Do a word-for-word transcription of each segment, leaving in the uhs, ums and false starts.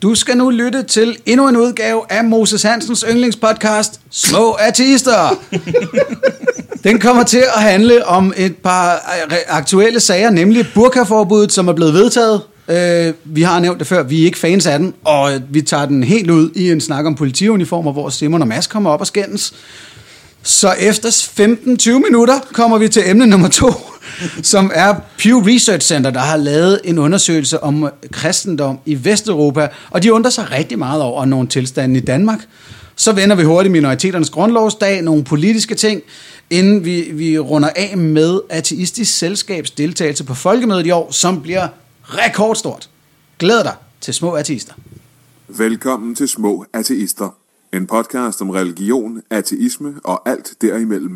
Du skal nu lytte til endnu en udgave af Moses Hansens yndlingspodcast, Små Ateister. Den kommer til at handle om et par aktuelle sager, nemlig burkaforbuddet, som er blevet vedtaget. Vi har nævnt det før, vi er ikke fans af den, og vi tager den helt ud i en snak om politiuniformer, hvor Simon og Mads kommer op og skændes. Så efter femten til tyve minutter kommer vi til emne nummer to, som er Pew Research Center, der har lavet en undersøgelse om kristendom i Vesteuropa, og de undrer sig rigtig meget over nogle tilstande i Danmark. Så vender vi hurtigt minoriteternes grundlovsdag, nogle politiske ting, inden vi, vi runder af med Ateistisk Selskabs deltagelse på folkemødet i år, som bliver rekordstort. Glæd dig til Små Ateister. Velkommen til Små Ateister. En podcast om religion, ateisme og alt derimellem.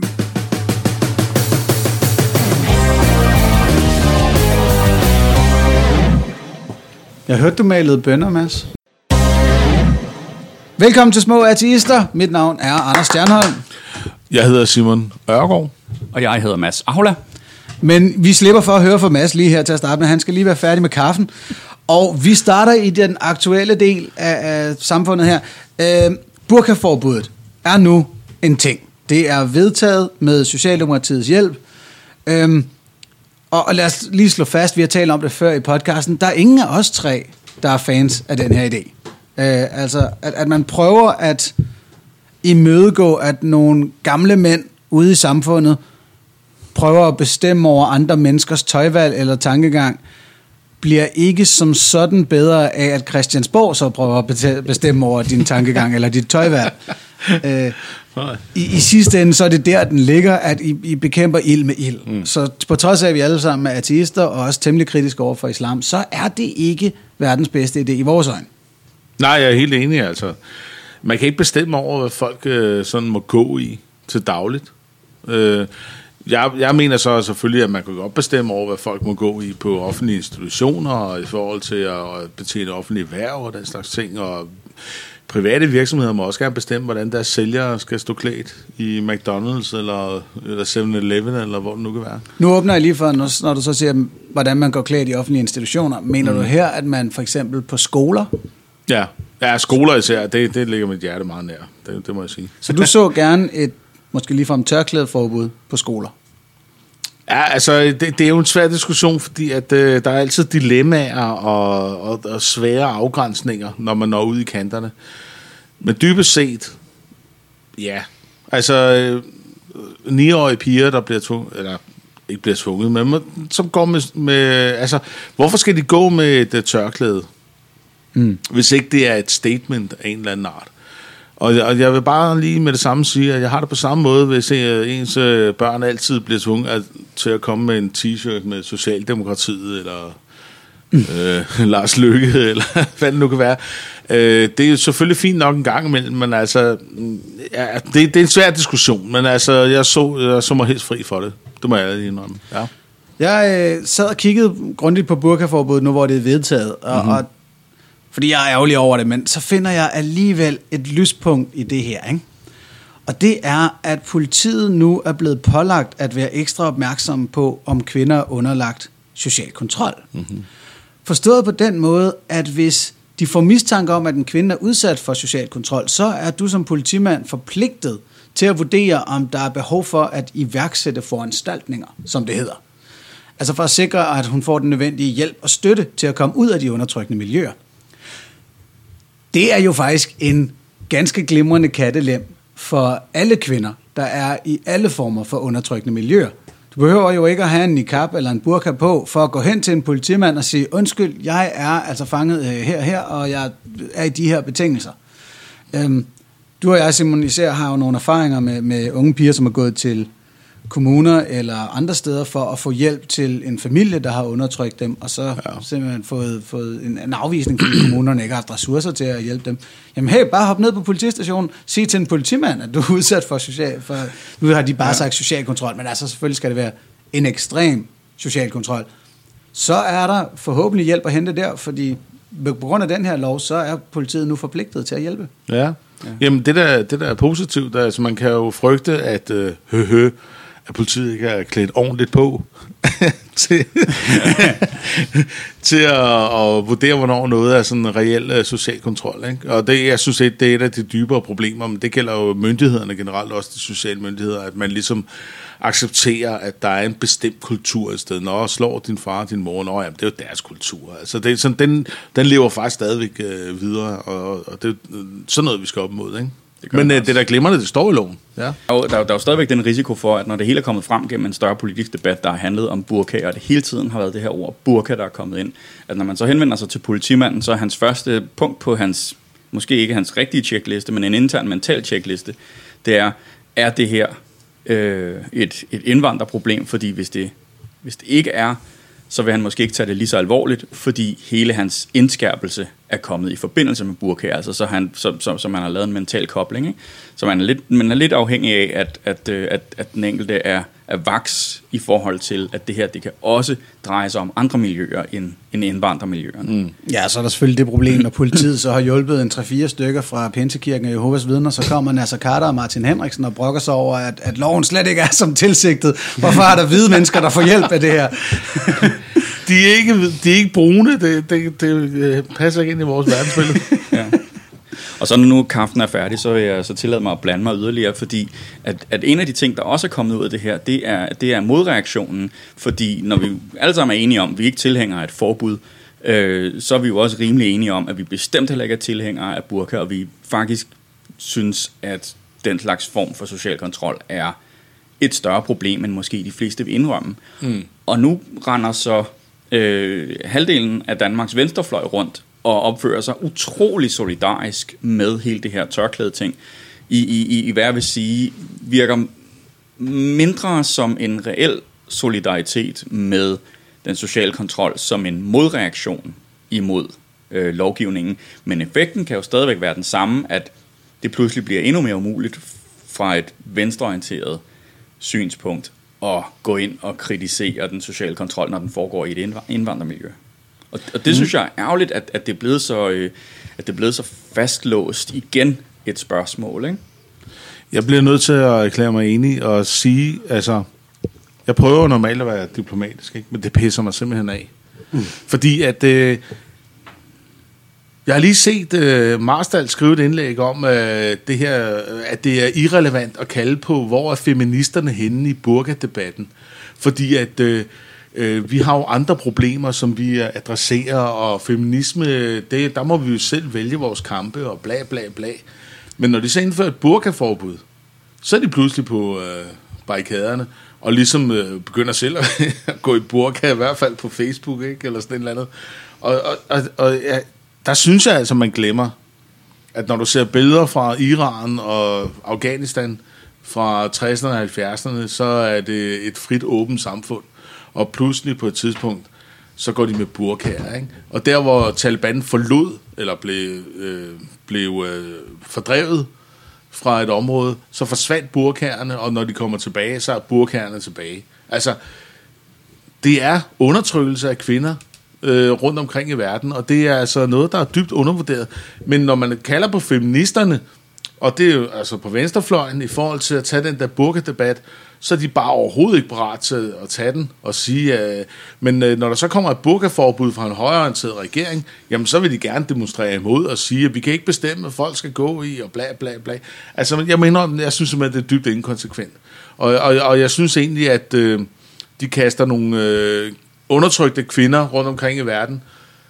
Jeg hørte, du malede bønner, Mads. Velkommen til Små Ateister. Mit navn er Anders Stjernholm. Jeg hedder Simon Ørgaard. Og jeg hedder Mads Aula. Men vi slipper for at høre fra Mads lige her til at starte med. Han skal lige være færdig med kaffen. Og vi starter i den aktuelle del af, af samfundet her. Øh, burkaforbuddet er nu en ting. Det er vedtaget med Socialdemokratiets hjælp. Øhm, og, og lad os lige slå fast, vi har talt om det før i podcasten, der er ingen af os tre, der er fans af den her idé. Øh, altså, at, at man prøver at imødegå, at nogle gamle mænd ude i samfundet prøver at bestemme over andre menneskers tøjvalg eller tankegang, bliver ikke som sådan bedre af, at Christiansborg så prøver at bestemme over din tankegang eller dit tøjvalg. Øh, i, I sidste ende, så er det der, den ligger, at I, I bekæmper ild med ild. Mm. Så på trods af, at vi alle sammen er ateister og også temmelig kritiske over for islam, så er det ikke verdens bedste idé i vores øjne. Nej, jeg er helt enig, altså. Man kan ikke bestemme over, hvad folk øh, sådan må gå i til dagligt. Øh, Jeg, jeg mener så selvfølgelig, at man kan godt bestemme over, hvad folk må gå i på offentlige institutioner, og i forhold til at betjene offentlige hverv og den slags ting, og private virksomheder må også gerne bestemme, hvordan deres sælgere skal stå klædt i McDonald's eller, eller seven eleven, eller hvor det nu kan være. Nu åbner jeg lige for, når, når du så siger, hvordan man går klædt i offentlige institutioner. Mener mm. du her, at man for eksempel på skoler? Ja, ja skoler især, det, det ligger mit hjerte meget nær, det, det må jeg sige. Så du så gerne et måske ligefrem tørklædeforbud på skoler? Ja, altså, det, det er jo en svær diskussion, fordi at, øh, der er altid dilemmaer og, og, og svære afgrænsninger, når man når ud i kanterne. Men dybest set, ja, altså, øh, niårige piger, der bliver tvunget, eller ikke bliver tvunget, men som går med, med, altså, hvorfor skal de gå med et uh, tørklæde, mm. hvis ikke det er et statement af en eller anden art? Og jeg vil bare lige med det samme sige, at jeg har det på samme måde, hvis ens børn altid bliver tvunget til at komme med en t-shirt med Socialdemokratiet, eller øh, Lars Løkke, eller hvad det nu kan være. Øh, det er jo selvfølgelig fint nok en gang imellem, men altså, ja, det, det er en svær diskussion, men altså, jeg så, jeg så mig helt fri for det. Det må jeg lige indrømme, ja. Jeg øh, sad og kiggede grundigt på burkaforbuddet nu, hvor det er vedtaget, og, mm-hmm. og fordi jeg er ærgerlig over det, men så finder jeg alligevel et lyspunkt i det her, ikke? Og det er, at politiet nu er blevet pålagt at være ekstra opmærksomme på, om kvinder er underlagt social kontrol. Mm-hmm. Forstået på den måde, at hvis de får mistanke om, at en kvinde er udsat for social kontrol, så er du som politimand forpligtet til at vurdere, om der er behov for at iværksætte foranstaltninger, som det hedder. Altså for at sikre, at hun får den nødvendige hjælp og støtte til at komme ud af de undertrykkende miljøer. Det er jo faktisk en ganske glimrende kattelem for alle kvinder, der er i alle former for undertrykkende miljøer. Du behøver jo ikke at have en niqab eller en burka på, for at gå hen til en politimand og sige, undskyld, jeg er altså fanget her og her, og jeg er i de her betingelser. Øhm, du og jeg, Simon, især har jo nogle erfaringer med, med unge piger, som er gået til kommuner eller andre steder for at få hjælp til en familie, der har undertrykt dem, og så ja. simpelthen fået, fået en, en afvisning, fordi kommunerne ikke har haft ressourcer til at hjælpe dem. Jamen hey, bare hop ned på politistationen, sig til en politimand, at du er udsat for social... For, nu har de bare ja. sagt social kontrol, men altså selvfølgelig skal det være en ekstrem social kontrol. Så er der forhåbentlig hjælp at hente der, fordi på grund af den her lov, så er politiet nu forpligtet til at hjælpe. Ja, ja. Jamen det der, det der er positivt, altså man kan jo frygte, at øh, hø, hø, at politiet ikke er klædt ordentligt på til, til at, at vurdere, hvornår noget er sådan en reel social kontrol. Ikke? Og det, jeg synes, det er et af de dybere problemer, men det gælder jo myndighederne generelt, også de sociale myndigheder, at man ligesom accepterer, at der er en bestemt kultur i stedet. Nå, slår din far og din mor, nå, jamen, det er jo deres kultur. Altså, det er sådan, den, den lever faktisk stadigvæk øh, videre, og, og det er sådan noget, vi skal op imod, ikke? Det Men det, det der glimrende, det står i loven. Ja. Der, der, der er jo stadigvæk den risiko for, at når det hele er kommet frem gennem en større politisk debat, der har handlet om burka, og det hele tiden har været det her ord burka, der er kommet ind, at når man så henvender sig til politimanden, så er hans første punkt på hans, måske ikke hans rigtige checkliste, men en intern mental checkliste, det er, er det her øh, et, et indvandrerproblem, fordi hvis det, hvis det ikke er, så vil han måske ikke tage det lige så alvorligt, fordi hele hans indskærpelse er kommet i forbindelse med burka, altså så, han, så, så, så man har lavet en mental kobling, ikke? Så man er lidt, man er lidt afhængig af, at, at, at, at den enkelte er, er vaks i forhold til, at det her det kan også dreje sig om andre miljøer end, end indvandrermiljøerne. Mm. Ja, så er der selvfølgelig det problem, når politiet så har hjulpet en tre-fire stykker fra Pinsekirken og Jehovas vidner, så kommer Nasser Carter og Martin Henriksen og brokker sig over, at, at loven slet ikke er som tilsigtet. Hvorfor er der hvide mennesker, der får hjælp af det her? De er ikke, de er ikke brune, det, det, det passer ikke ind i vores verdensbillede. Ja. Og så når nu kaffen er færdig, så vil jeg så tillade mig at blande mig yderligere, fordi at, at en af de ting, der også er kommet ud af det her, det er, det er modreaktionen, fordi når vi alle sammen er enige om, at vi ikke tilhænger af et forbud, øh, så er vi jo også rimelig enige om, at vi bestemt heller ikke er tilhængere af burka, og vi faktisk synes, at den slags form for social kontrol er et større problem, end måske de fleste vil indrømme. Mm. Og nu render så øh, halvdelen af Danmarks venstrefløj rundt og opfører sig utrolig solidarisk med hele det her tørklæde-ting, i, i, i hvad jeg vil sige, virker mindre som en reel solidaritet med den sociale kontrol, som en modreaktion imod øh, lovgivningen. Men effekten kan jo stadigvæk være den samme, at det pludselig bliver endnu mere umuligt fra et venstreorienteret synspunkt at gå ind og kritisere den sociale kontrol, når den foregår i et indvandrermiljø. Og, og det synes jeg er ærgerligt, at, at, det er blevet så, øh, at det er blevet så fastlåst igen et spørgsmål, ikke? Jeg bliver nødt til at erklære mig enig og sige, altså, jeg prøver normalt at være diplomatisk, ikke? Men det pisser mig simpelthen af. Mm. Fordi at, øh, jeg har lige set øh, Marstal skrive et indlæg om øh, det her, at det er irrelevant at kalde på, hvor er feministerne henne i burka-debatten. Fordi at øh, øh, vi har jo andre problemer, som vi adresserer, og feminisme, det, der må vi jo selv vælge vores kampe, og bla bla bla. Men når de så indfører et burka-forbud, så er de pludselig på øh, barrikaderne, og ligesom øh, begynder selv at gå i burka, i hvert fald på Facebook, ikke? Eller sådan et eller andet. Og, og, og, og ja, der synes jeg altså, man glemmer, at når du ser billeder fra Iran og Afghanistan fra tresserne og halvfjerdserne, så er det et frit, åbent samfund. Og pludselig på et tidspunkt, så går de med burkaer, ikke? Og der, hvor Taliban forlod, eller blev, øh, blev øh, fordrevet fra et område, så forsvandt burkaerne, og når de kommer tilbage, så er burkaerne tilbage. Altså, det er undertrykkelse af kvinder øh, rundt omkring i verden, og det er altså noget, der er dybt undervurderet. Men når man kalder på feministerne, og det er jo altså på venstrefløjen, i forhold til at tage den der burka-debat, så er de bare overhovedet ikke parat til at tage den og sige, øh, men øh, når der så kommer et burka-forbud fra en højreorienteret regering, jamen så vil de gerne demonstrere imod og sige, at vi kan ikke bestemme, hvad folk skal gå i, og bla bla bla. Altså, jeg mener, jeg synes simpelthen, det er dybt inkonsekvent. Og, og, og jeg synes egentlig, at øh, de kaster nogle øh, undertrykte kvinder rundt omkring i verden,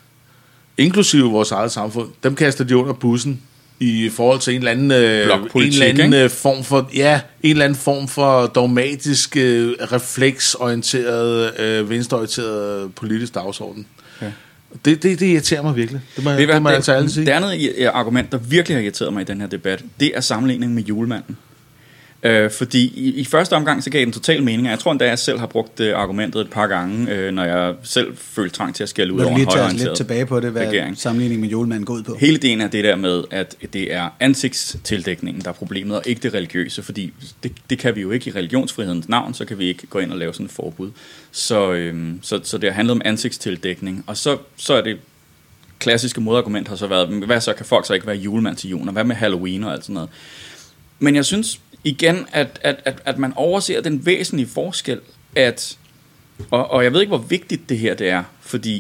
inklusive vores eget samfund, dem kaster de under bussen, i forhold til en eller anden, øh, en eller anden øh, form for, ja, en eller anden form for dogmatisk, øh, refleksorienteret, øh, venstreorienteret politisk dagsorden. Ja. Det, det, det irriterer mig virkelig. Det må, det, det må det, jeg altså alle sige. Det andet argument, der virkelig har irriteret mig i den her debat, det er sammenligningen med julemanden. Øh, fordi i, i første omgang så gav den total mening, og jeg tror endda, jeg selv har brugt øh, argumentet et par gange, øh, når jeg selv følte trang til at skælde ud over en højreorienteret regering. Lidt tilbage på det, hvad regering. Sammenligning med julemanden går ud på. Hele ideen er det der med, at det er ansigtstildækningen, der er problemet, og ikke det religiøse, fordi det, det kan vi jo ikke i religionsfrihedens navn, så kan vi ikke gå ind og lave sådan et forbud. Så, øh, så, så det har handlet om ansigtstildækning, og så, så er det klassiske modargument har så været, hvad så kan folk så ikke være julemand til julen, og hvad med Halloween og alt sådan noget. Men jeg synes, igen, at, at, at, at man overser den væsentlige forskel, at, og, og jeg ved ikke, hvor vigtigt det her det er, fordi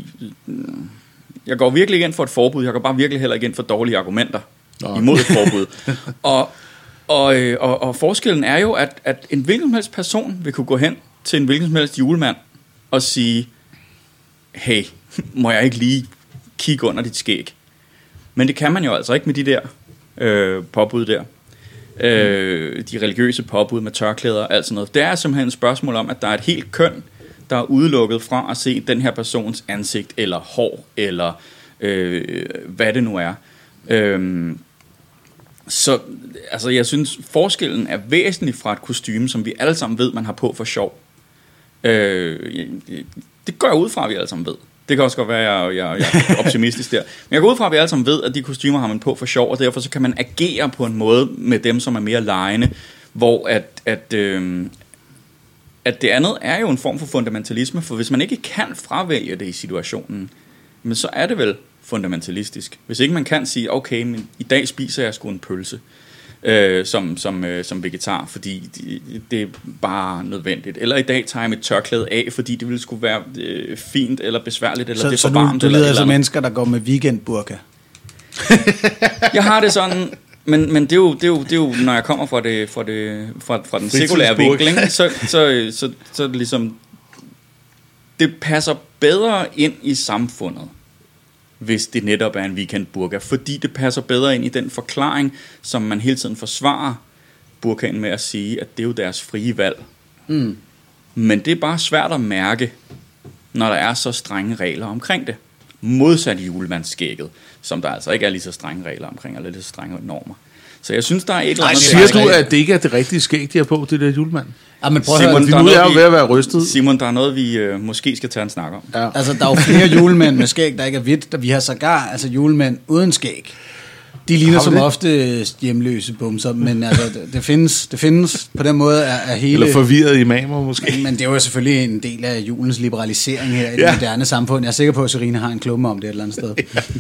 jeg går virkelig igen for et forbud, jeg går bare virkelig heller igen for dårlige argumenter Nå. imod et forbud. og, og, og, og forskellen er jo, at, at en hvilken som helst person vil kunne gå hen til en hvilken som helst julemand og sige, hey, må jeg ikke lige kigge under dit skæg? Men det kan man jo altså ikke med de der øh, påbud der. Øh, de religiøse påbud med tørklæder og alt sådan noget. Det er simpelthen et spørgsmål om, at der er et helt køn, der er udelukket fra at se den her persons ansigt, eller hår, eller øh, hvad det nu er. Øh, så altså, jeg synes, forskellen er væsentlig fra et kostume, som vi alle sammen ved, man har på for sjov. Øh, det går jeg ud fra, at vi alle sammen ved. Det kan også godt være, at jeg, jeg, jeg er optimistisk der. Men jeg går ud fra, at vi alle sammen ved, at de kostymer har man på for sjov, og derfor så kan man agere på en måde med dem, som er mere legende, hvor at, at, øh, at det andet er jo en form for fundamentalisme, for hvis man ikke kan fravælge det i situationen, men så er det vel fundamentalistisk. Hvis ikke man kan sige, okay, men i dag spiser jeg sgu en pølse, Øh, som, som, øh, som vegetar, fordi det, det er bare nødvendigt. Eller i dag tager jeg mit tørklæde af, fordi det ville skulle være øh, fint eller besværligt, eller så, det er for så varmt. Så du, du leder altså mennesker, der går med weekendburka? Jeg har det sådan, men, men det, er jo, det, er jo, det er jo, når jeg kommer fra, det, fra, det, fra, fra den sekulære vinkel, ikke? Så, så, så, så er det ligesom, det passer bedre ind i samfundet, hvis det netop er en weekendburka, fordi det passer bedre ind i den forklaring, som man hele tiden forsvarer burkaen med at sige, at det er jo deres frie valg. Mm. Men det er bare svært at mærke, når der er så strenge regler omkring det. Modsat julemandsskægget, som der altså ikke er lige så strenge regler omkring, eller lige så strenge normer. Så jeg synes, der er et eller andet... Siger du, at det ikke er det rigtige skæg, de har på, det der julemand? Ja, men prøv Simon, at høre, nu er jo ved at være rystet. Simon, der er noget, vi øh, måske skal tage en snak om. Ja. Altså, der er jo flere julemænd med skæg, der ikke er hvidt. Der vi har sågar altså julemænd uden skæg. De ligner som det? ofte hjemløse bumser, men altså, det, det, findes, det findes på den måde er, er hele... Eller forvirrede imamer måske. Men det er jo selvfølgelig en del af julens liberalisering her i ja. det moderne samfund. Jeg er sikker på, at Serine har en klumme om det et eller andet sted.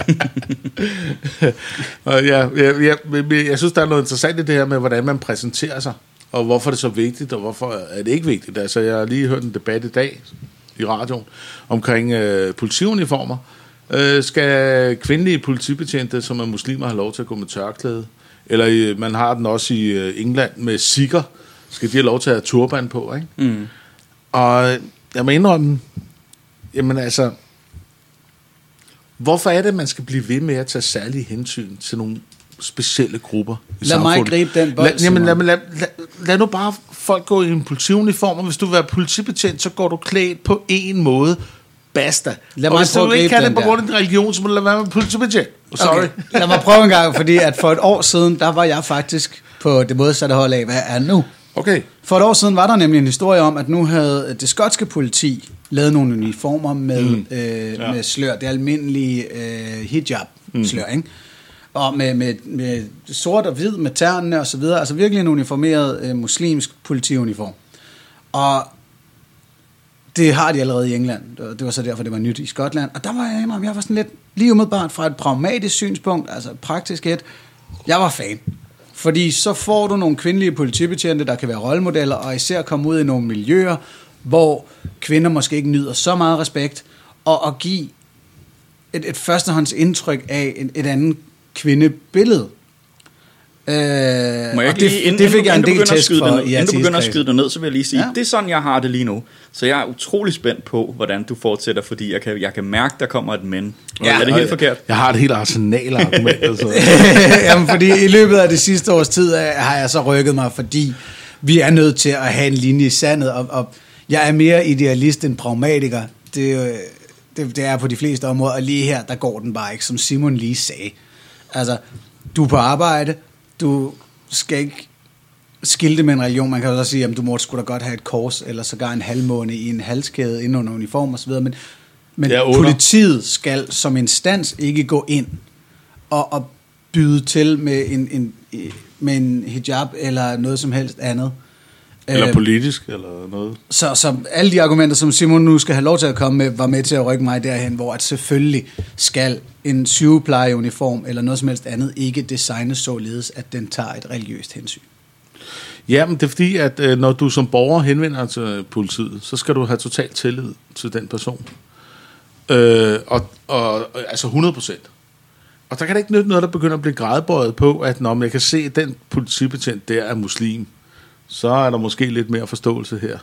ja, ja, ja, jeg, jeg synes, der er noget interessant i det her med, hvordan man præsenterer sig, og hvorfor det er så vigtigt, og hvorfor er det ikke vigtigt. Altså, jeg har lige hørt en debat i dag i radioen omkring øh, politiuniformer. Øh, skal kvindelige politibetjente, som er muslimer, have lov til at gå med tørklæde? Eller øh, man har den også i øh, England med sikher. Skal de have lov til at have turban på, ikke? Mm. Og jeg må indrømme, jamen altså, hvorfor er det, man skal blive ved med at tage særlige hensyn til nogle specielle grupper i lad samfundet? Lad mig gribe den bold. Lad, jamen, lad, lad, lad, lad nu bare folk gå i en politiuniform, og hvis du vil være politibetjent, så går du klædt på en måde. Basta. Lad og mig hvis du ikke kan det på grund af din religion, så må du lade være med politibetjent. Sorry. Okay. Lad mig prøve en gang, fordi at for et år siden, der var jeg faktisk på det modsatte hold af, hvad er nu? Okay. For et år siden var der nemlig en historie om, at nu havde det skotske politi lavet nogle uniformer med, mm. øh, ja. med slør. Det almindelige øh, hijab-slør, mm. ikke? Og med, med, med sort og hvid, med ternene og så videre. Altså virkelig en uniformeret øh, muslimsk politiuniform. Og det har de allerede i England. Det var så derfor, det var nyt i Skotland. Og der var jeg indrømme, jeg var sådan lidt lige umiddelbart fra et pragmatisk synspunkt, altså praktisk et. Jeg var fan. Fordi så får du nogle kvindelige politibetjente, der kan være rollemodeller, og især komme ud i nogle miljøer, hvor kvinder måske ikke nyder så meget respekt, og, og give et, et førstehåndsindtryk af et, et andet kvindebillede. Øh, Må jeg det, lige, inden, det fik jeg en del test for. Ned, inden du begynder at skyde dig ned, så vil jeg lige sige, ja. det er sådan, jeg har det lige nu. Så jeg er utrolig spændt på, hvordan du fortsætter, fordi jeg kan, jeg kan mærke, der kommer et men. Ja, er det helt forkert? Jeg har et helt arsenal af argumenter. Så. Jamen, fordi i løbet af det sidste års tid har jeg så rykket mig, fordi vi er nødt til at have en linje i sandet, og, og jeg er mere idealist end pragmatiker. Det, det, det er på de fleste områder, og lige her, der går den bare ikke, som Simon lige sagde. Altså, du er på arbejde, du skal ikke skilte med en religion. Man kan jo så sige, at du må sgu da godt have et kors, eller sågar en halvmåne i en halskæde inden under uniform og så videre. Men, men politiet skal som instans ikke gå ind og, og byde til med en, en, med en hijab eller noget som helst andet. Eller politisk, eller noget. Så, så alle de argumenter, som Simon nu skal have lov til at komme med, var med til at rykke mig derhen, hvor at selvfølgelig skal en sygeplejeuniform eller noget som helst andet ikke designes således, at den tager et religiøst hensyn. Ja, men det er fordi, at øh, når du som borger henvender dig til politiet, så skal du have total tillid til den person. Øh, og, og altså hundrede procent. Og der kan det ikke nytte noget, der begynder at blive gradbøjet på, at når jeg kan se, at den politibetjent der er muslim, så er der måske lidt mere forståelse her.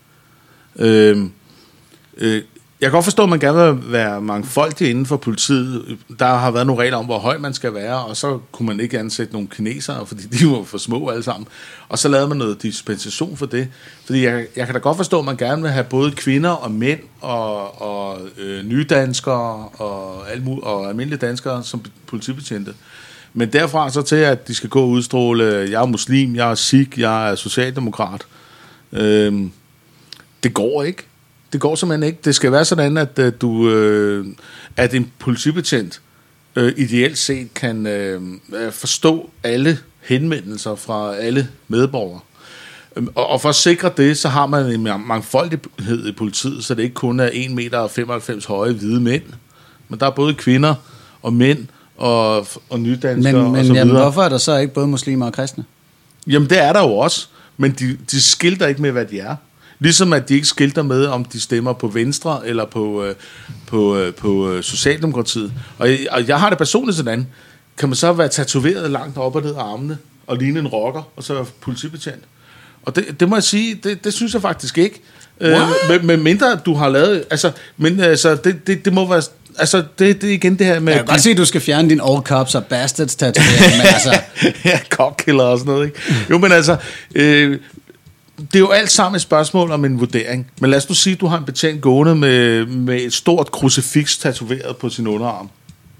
Øh, øh, jeg kan godt forstå, at man gerne vil være mangfoldig inden for politiet. Der har været nogle regler om, hvor høj man skal være, og så kunne man ikke ansætte nogle kinesere, fordi de var for små alle sammen. Og så lavede man noget dispensation for det. Fordi jeg, jeg kan da godt forstå, at man gerne vil have både kvinder og mænd og, og øh, nydanskere og, almu- og almindelige danskere som politibetjente. Men derfra så til, at de skal gå og udstråle, jeg er muslim, jeg er sikh, jeg er socialdemokrat. Øh, det går ikke. Det går simpelthen ikke. Det skal være sådan, at uh, du, øh, at en politibetjent øh, ideelt set kan øh, forstå alle henvendelser fra alle medborgere. Og, og for at sikre det, så har man en mangfoldighed i politiet, så det ikke kun er en meter og femoghalvfems høje hvide mænd, men der er både kvinder og mænd og, og nydanskere men, og men, så videre. Men hvorfor er der så ikke både muslimer og kristne? Jamen det er der jo også, men de, de skilter ikke med, hvad de er. Ligesom at de ikke skilter med, om de stemmer på Venstre eller på, øh, på, øh, på øh, Socialdemokratiet. Og jeg, og jeg har det personligt sådan, kan man så være tatoveret langt op og ned af armene, og ligne en rocker, og så være politibetjent. Og det, det må jeg sige, det, det synes jeg faktisk ikke. Øh, med, med mindre du har lavet, altså, men altså, det, det, det må være, altså, det, det er igen det her med... Jeg kan godt se, at du skal fjerne din old cops og bastards tatovering, men altså... ja, cockkiller og sådan noget, ikke? Jo, men altså... Øh, det er jo alt sammen et spørgsmål om en vurdering. Men lad os nu sige, at du har en betjent gående med, med et stort krucifiks tatoveret på sin underarm.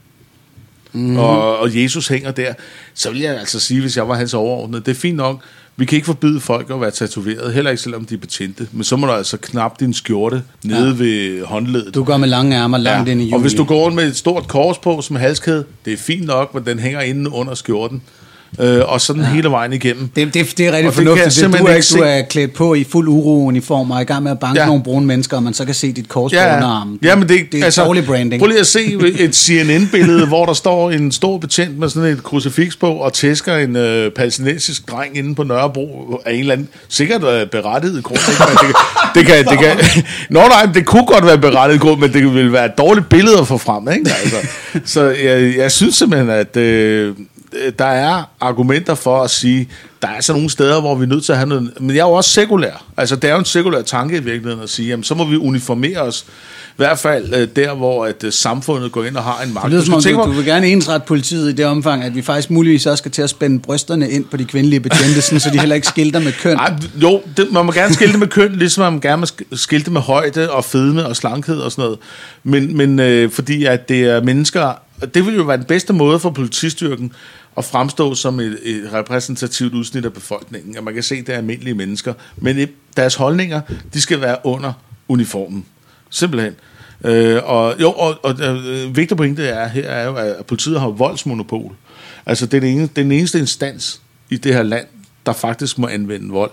Mm-hmm. Og, og Jesus hænger der. Så vil jeg altså sige, hvis jeg var hans overordnede, det er fint nok. Vi kan ikke forbyde folk at være tatoveret, heller ikke selvom de er betjente. Men så må du altså knappe din skjorte nede ja. ved håndledet. Du går med lange ærmer langt ja. ind i juli. Og hvis du går med et stort kors på som halskæde, det er fint nok, men den hænger inde under skjorten. Øh, og sådan ja. hele vejen igennem. Det, det, det er rigtig fornuftigt. Det, du, er, ikke, du er klædt på i fuld uro-uniform og er i gang med at banke ja. nogle brune mennesker, og man så kan se dit kors ja. på underarmen. Ja, men det, det er altså, dårlig branding. Prøv lige at se et C N N-billede, hvor der står en stor betjent med sådan et krucifiks på og tæsker en øh, palæstinensisk dreng inde på Nørrebro af en eller anden, sikkert øh, berettiget grund. det, det kan, det kan, nå nej, det kunne godt være berettiget grund, men det ville være et dårligt billede at få frem. Ikke? Altså, så jeg, jeg synes simpelthen, at øh, der er argumenter for at sige, der er så nogle steder, hvor vi er nødt til at have noget, men jeg er jo også sekulær. Altså, det er jo en sekulær tanke i virkeligheden at sige, jamen, så må vi uniformere os, i hvert fald der, hvor at samfundet går ind og har en magt. Det lyder som om, du, du vil gerne ensrette politiet i det omfang, at vi faktisk muligvis også skal til at spænde brysterne ind på de kvindelige betjente, sådan, så de heller ikke skilter med køn. Ej, jo, det, man må gerne skilte med køn, ligesom man gerne må skilte med højde og fedme og slankhed og sådan noget. Men, men øh, fordi at det er mennesker, det vil jo være den bedste måde for politistyrken at fremstå som et, et repræsentativt udsnit af befolkningen. At man kan se, at det er almindelige mennesker. Men deres holdninger, de skal være under uniformen. Simpelthen. Øh, og jo, og, og øh, vigtig pointe er, her er jo, at politiet har voldsmonopol. Altså, det er den, eneste, den eneste instans i det her land, der faktisk må anvende vold.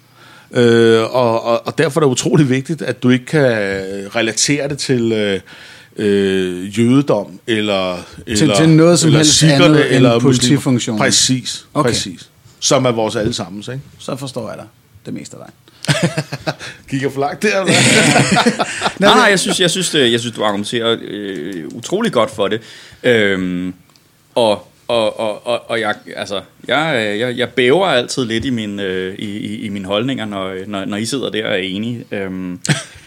Øh, og, og, og derfor er det utrolig vigtigt, at du ikke kan relatere det til... Øh, Øh, jødedom eller til, eller, til noget som helst andet eller politifunktion. Præcis, okay. præcis. Som er vores alle sammen, ikke? Så forstår jeg dig det meste af dig. Kigger for langt der, eller? nej, nej, jeg synes, jeg synes, jeg synes du argumenterer øh, utrolig godt for det. Øhm, og og og og, og jeg altså jeg, jeg jeg bæver altid lidt i min øh, i, i, i mine holdninger, når, når når I sidder der og er enige. Øhm,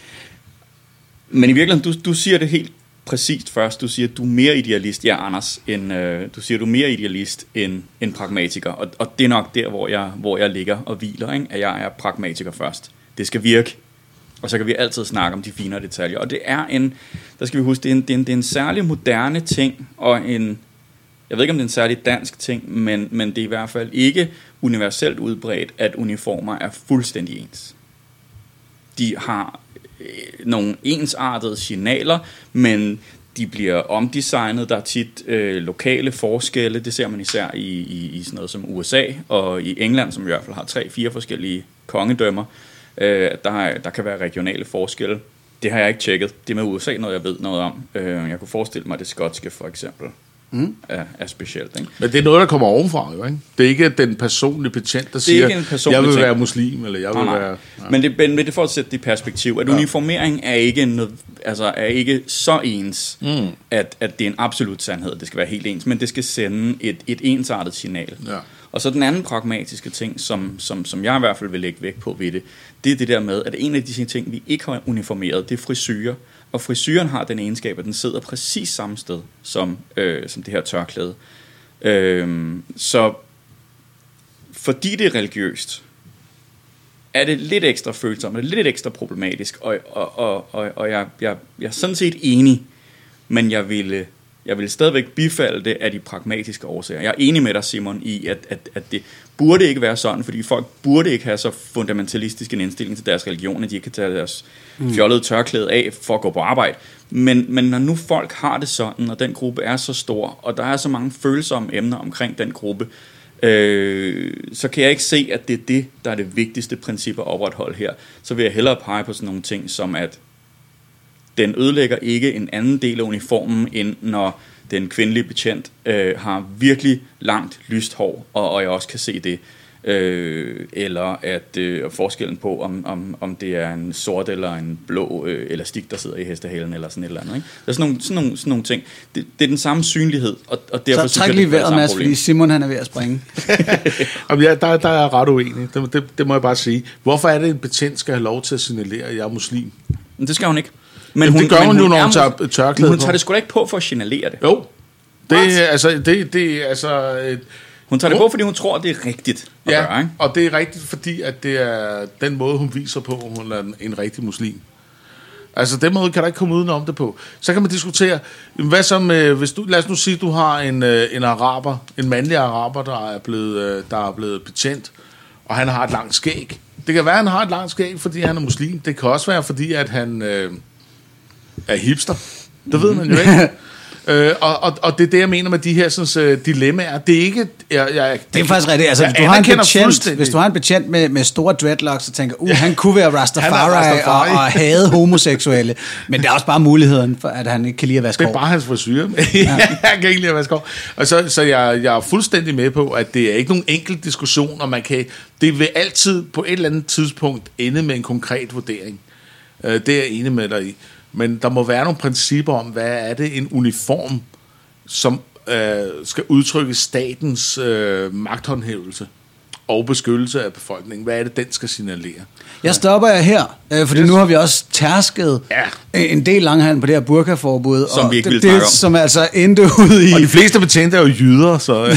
men i virkeligheden, du du siger det helt præcist først. Du siger, at du er mere idealist, ja, Anders, end, øh, du siger, at du er mere idealist end, end pragmatiker. Og, og det er nok der, hvor jeg, hvor jeg ligger og hviler, ikke? At jeg er pragmatiker først. Det skal virke, og så kan vi altid snakke om de finere detaljer. Og det er en, der skal vi huske, det er en, det er en, det er en særlig moderne ting, og en, jeg ved ikke, om det er en særlig dansk ting, men, men det er i hvert fald ikke universelt udbredt, at uniformer er fuldstændig ens. De har nogle ensartede signaler, men de bliver omdesignet. Der er tit øh, lokale forskelle. Det ser man især i, i, i sådan noget som U S A og i England, som i hvert fald har tre, fire forskellige kongedømmer. Øh, der, der kan være regionale forskelle. Det har jeg ikke tjekket. Det med U S A noget, jeg ved noget om. Øh, jeg kunne forestille mig det skotske, for eksempel. mm. er, er specielt. Ikke? Men det er noget, der kommer ovenfra, jo, ikke? Det er ikke den personlige betjent, der siger, jeg vil være muslim, eller jeg vil nej, nej. være... Ja. Men, det, men det er for at sætte det i perspektiv, at ja. uniformering er ikke, noget, altså er ikke så ens, mm. at, at det er en absolut sandhed, det skal være helt ens, men det skal sende et, et ensartet signal. Ja. Og så den anden pragmatiske ting, som, som, som jeg i hvert fald vil lægge vægt på ved det, det er det der med, at en af de ting, vi ikke har uniformeret, det er frisyrer. Og frisyren har den egenskab, at den sidder præcis samme sted som, øh, som det her tørklæde. Øh, så fordi det er religiøst, er det lidt ekstra følsomt, og lidt ekstra problematisk, og, og, og, og, og jeg, jeg, jeg er sådan set enig, men jeg ville... Jeg vil stadigvæk bifalde det af de pragmatiske årsager. Jeg er enig med dig, Simon, i, at, at, at det burde ikke være sådan, fordi folk burde ikke have så fundamentalistisk en indstilling til deres religion, at de ikke kan tage deres mm. fjollede tørklæde af for at gå på arbejde. Men, men når nu folk har det sådan, og den gruppe er så stor, og der er så mange følsomme emner omkring den gruppe, øh, så kan jeg ikke se, at det er det, der er det vigtigste princip at opretholde her. Så vil jeg hellere pege på sådan nogle ting, som at den ødelægger ikke en anden del af uniformen, end når den kvindelige betjent øh, har virkelig langt lyst hår, og, og jeg også kan se det. Øh, eller at øh, forskellen på, om, om, om det er en sort eller en blå øh, elastik, der sidder i hestehalen, eller sådan et eller andet. Ikke? Der er sådan nogle, sådan nogle, sådan nogle ting. Det, det er den samme synlighed, og, og derfor så træk lige vejret, Mads, fordi Simon han er ved at springe. Jamen, ja, der, der er jeg ret uenig. Det, det, det må jeg bare sige. Hvorfor er det, en betjent skal have lov til at signalere, at jeg er muslim? Men det skal hun ikke. Men hun, det gør men hun jo, når hun tager tørklæde på. Hun tager det sgu da ikke på for at signalere det. Jo. Det er altså... Det, det, altså et, hun tager det på, fordi hun tror, det er rigtigt at ja, gøre, ikke? Og det er rigtigt, fordi at det er den måde, hun viser på, hun er en, en rigtig muslim. Altså, den måde kan der ikke komme udenom det på. Så kan man diskutere, hvad som... Hvis du, lad os nu sige, at du har en, en araber, en mandlig araber, der er blevet, der er blevet betjent, og han har et langt skæg. Det kan være, at han har et langt skæg, fordi han er muslim. Det kan også være, fordi at han... Øh, er hipster. Det ved man jo ikke. øh, og, og, og det er det, jeg mener med de her sådan, uh, dilemmaer. Det er ikke... Jeg, jeg, det er faktisk rigtigt. Altså, hvis, du har en betjent, hvis du har en betjent med, med store dreadlocks, og tænker, uh, ja. han kunne være Rastafari, Rastafari. Og, og hade homoseksuelle. Men det er også bare muligheden for, at han ikke kan lide at vaske hår. Det er bare hans frisyr. ja. Jeg kan ikke lide at vaske hår. Og så, så jeg, jeg er fuldstændig med på, at det er ikke nogen enkelt diskussion, og man kan... Det vil altid på et eller andet tidspunkt ende med en konkret vurdering. Uh, det er jeg enig med dig i. Men der må være nogle principper om, hvad er det en uniform, som øh, skal udtrykke statens øh, magthåndhævelse og beskyttelse af befolkningen. Hvad er det, den skal signalere? Jeg stopper jer her, øh, fordi yes. nu har vi også tærsket ja. en del langhalm på det her burkaforbud. Som og vi ikke det, vil snakke det, om. Som altså endte ud i... Og de fleste betjente er jo jyder, så...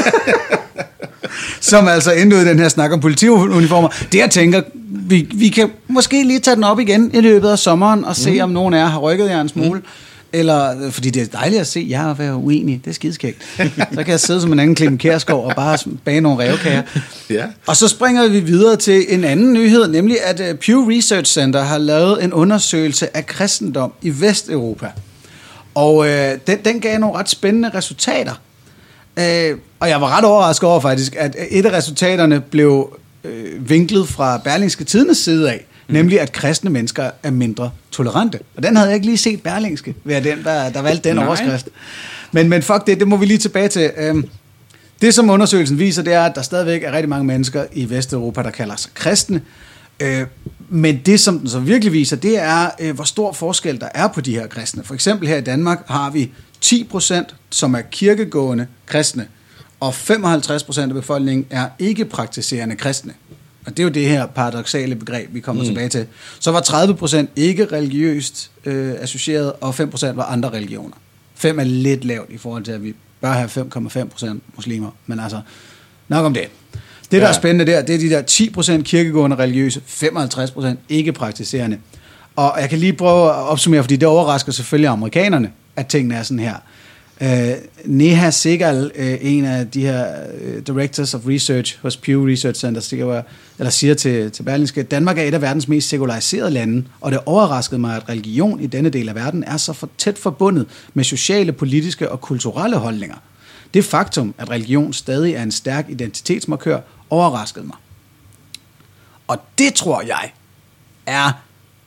som altså endte ud i den her snak om politiuniformer. Det jeg tænker, vi, vi kan måske lige tage den op igen i løbet af sommeren og se, mm. om nogen af jer har rykket jer en smule. Mm. Eller, fordi det er dejligt at se jer være uenige. Det er skideskægt. Så kan jeg sidde som en anden Clemen Kjærsgaard og bare bage nogle rævekager. Ja. Og så springer vi videre til en anden nyhed, nemlig at Pew Research Center har lavet en undersøgelse af kristendom i Vesteuropa. Og øh, den, den gav nogle ret spændende resultater. Øh, og jeg var ret overrasket over faktisk, at et af resultaterne blev øh, vinklet fra Berlingske Tidendes side af, mm. nemlig at kristne mennesker er mindre tolerante. Og den havde jeg ikke lige set Berlingske, ved den, der, der valgte den Nej. overskrift. Men, men fuck det, det må vi lige tilbage til. Øh, det som undersøgelsen viser, det er, at der stadigvæk er rigtig mange mennesker i Vesteuropa, der kalder sig kristne. Øh, men det som den så virkelig viser, det er, øh, hvor stor forskel der er på de her kristne. For eksempel her i Danmark har vi ti procent, som er kirkegående kristne, og femoghalvtreds procent af befolkningen er ikke praktiserende kristne. Og det er jo det her paradoksale begreb, vi kommer mm. tilbage til. Så var tredive procent ikke religiøst øh, associeret, og fem procent var andre religioner. fem er lidt lavt i forhold til, at vi bør have fem komma fem procent muslimer. Men altså, nok om det. Det, der ja. er spændende der, det er de der ti procent kirkegående religiøse, femoghalvtreds procent ikke praktiserende. Og jeg kan lige prøve at opsummere, fordi det overrasker selvfølgelig amerikanerne, at tingene er sådan her. Uh, Neha Segal, uh, en af de her uh, Directors of Research hos Pew Research Center, siger, eller siger til, til Berlingske, at Danmark er et af verdens mest sekulariserede lande, og det overraskede mig, at religion i denne del af verden er så for tæt forbundet med sociale, politiske og kulturelle holdninger. Det faktum, at religion stadig er en stærk identitetsmarkør, overraskede mig. Og det tror jeg er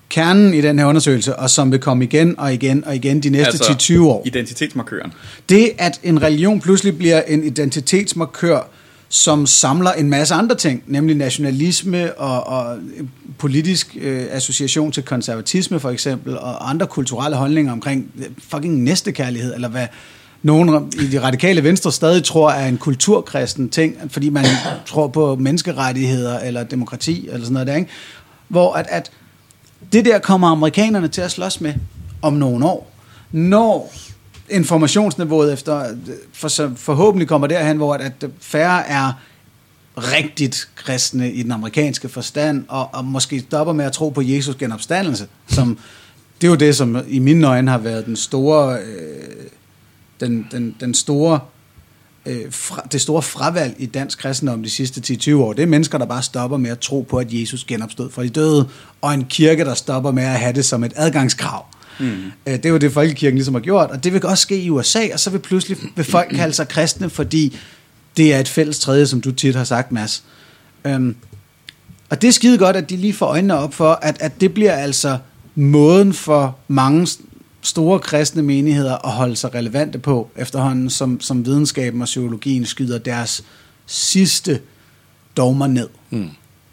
kernen i den her undersøgelse, og som vil komme igen og igen og igen de næste altså, ti til tyve år. Identitetsmarkøren. Det, at en religion pludselig bliver en identitetsmarkør, som samler en masse andre ting, nemlig nationalisme og, og politisk øh, association til konservatisme for eksempel, og andre kulturelle holdninger omkring fucking næstekærlighed, eller hvad nogen i de radikale venstre stadig tror er en kulturkristen ting, fordi man tror på menneskerettigheder eller demokrati eller sådan noget der, ikke? Hvor at, at det der kommer amerikanerne til at slås med om nogle år, når informationsniveauet efter for, så forhåbentlig kommer derhen, hvor at, at færre er rigtigt kristne i den amerikanske forstand, og, og måske stopper med at tro på Jesus genopstandelse, som det er jo det, som i mine øjne har været den store øh, den, den, den store øh, fra, det store fravalg i dansk kristendom de sidste ti til tyve år. Det er mennesker, der bare stopper med at tro på, at Jesus genopstod fra de døde, og en kirke, der stopper med at have det som et adgangskrav. Mm. Det er jo det, folkekirken ligesom har gjort, og det vil også ske i U S A, og så vil pludselig vil folk kalde sig kristne, fordi det er et fælles tredje, som du tit har sagt, Mads. Øhm, og det er skide godt, at de lige får øjnene op for, at, at det bliver altså måden for mange store kristne menigheder at holde sig relevante på, efterhånden som, som videnskaben og psykologien skyder deres sidste dogmer ned. Mm.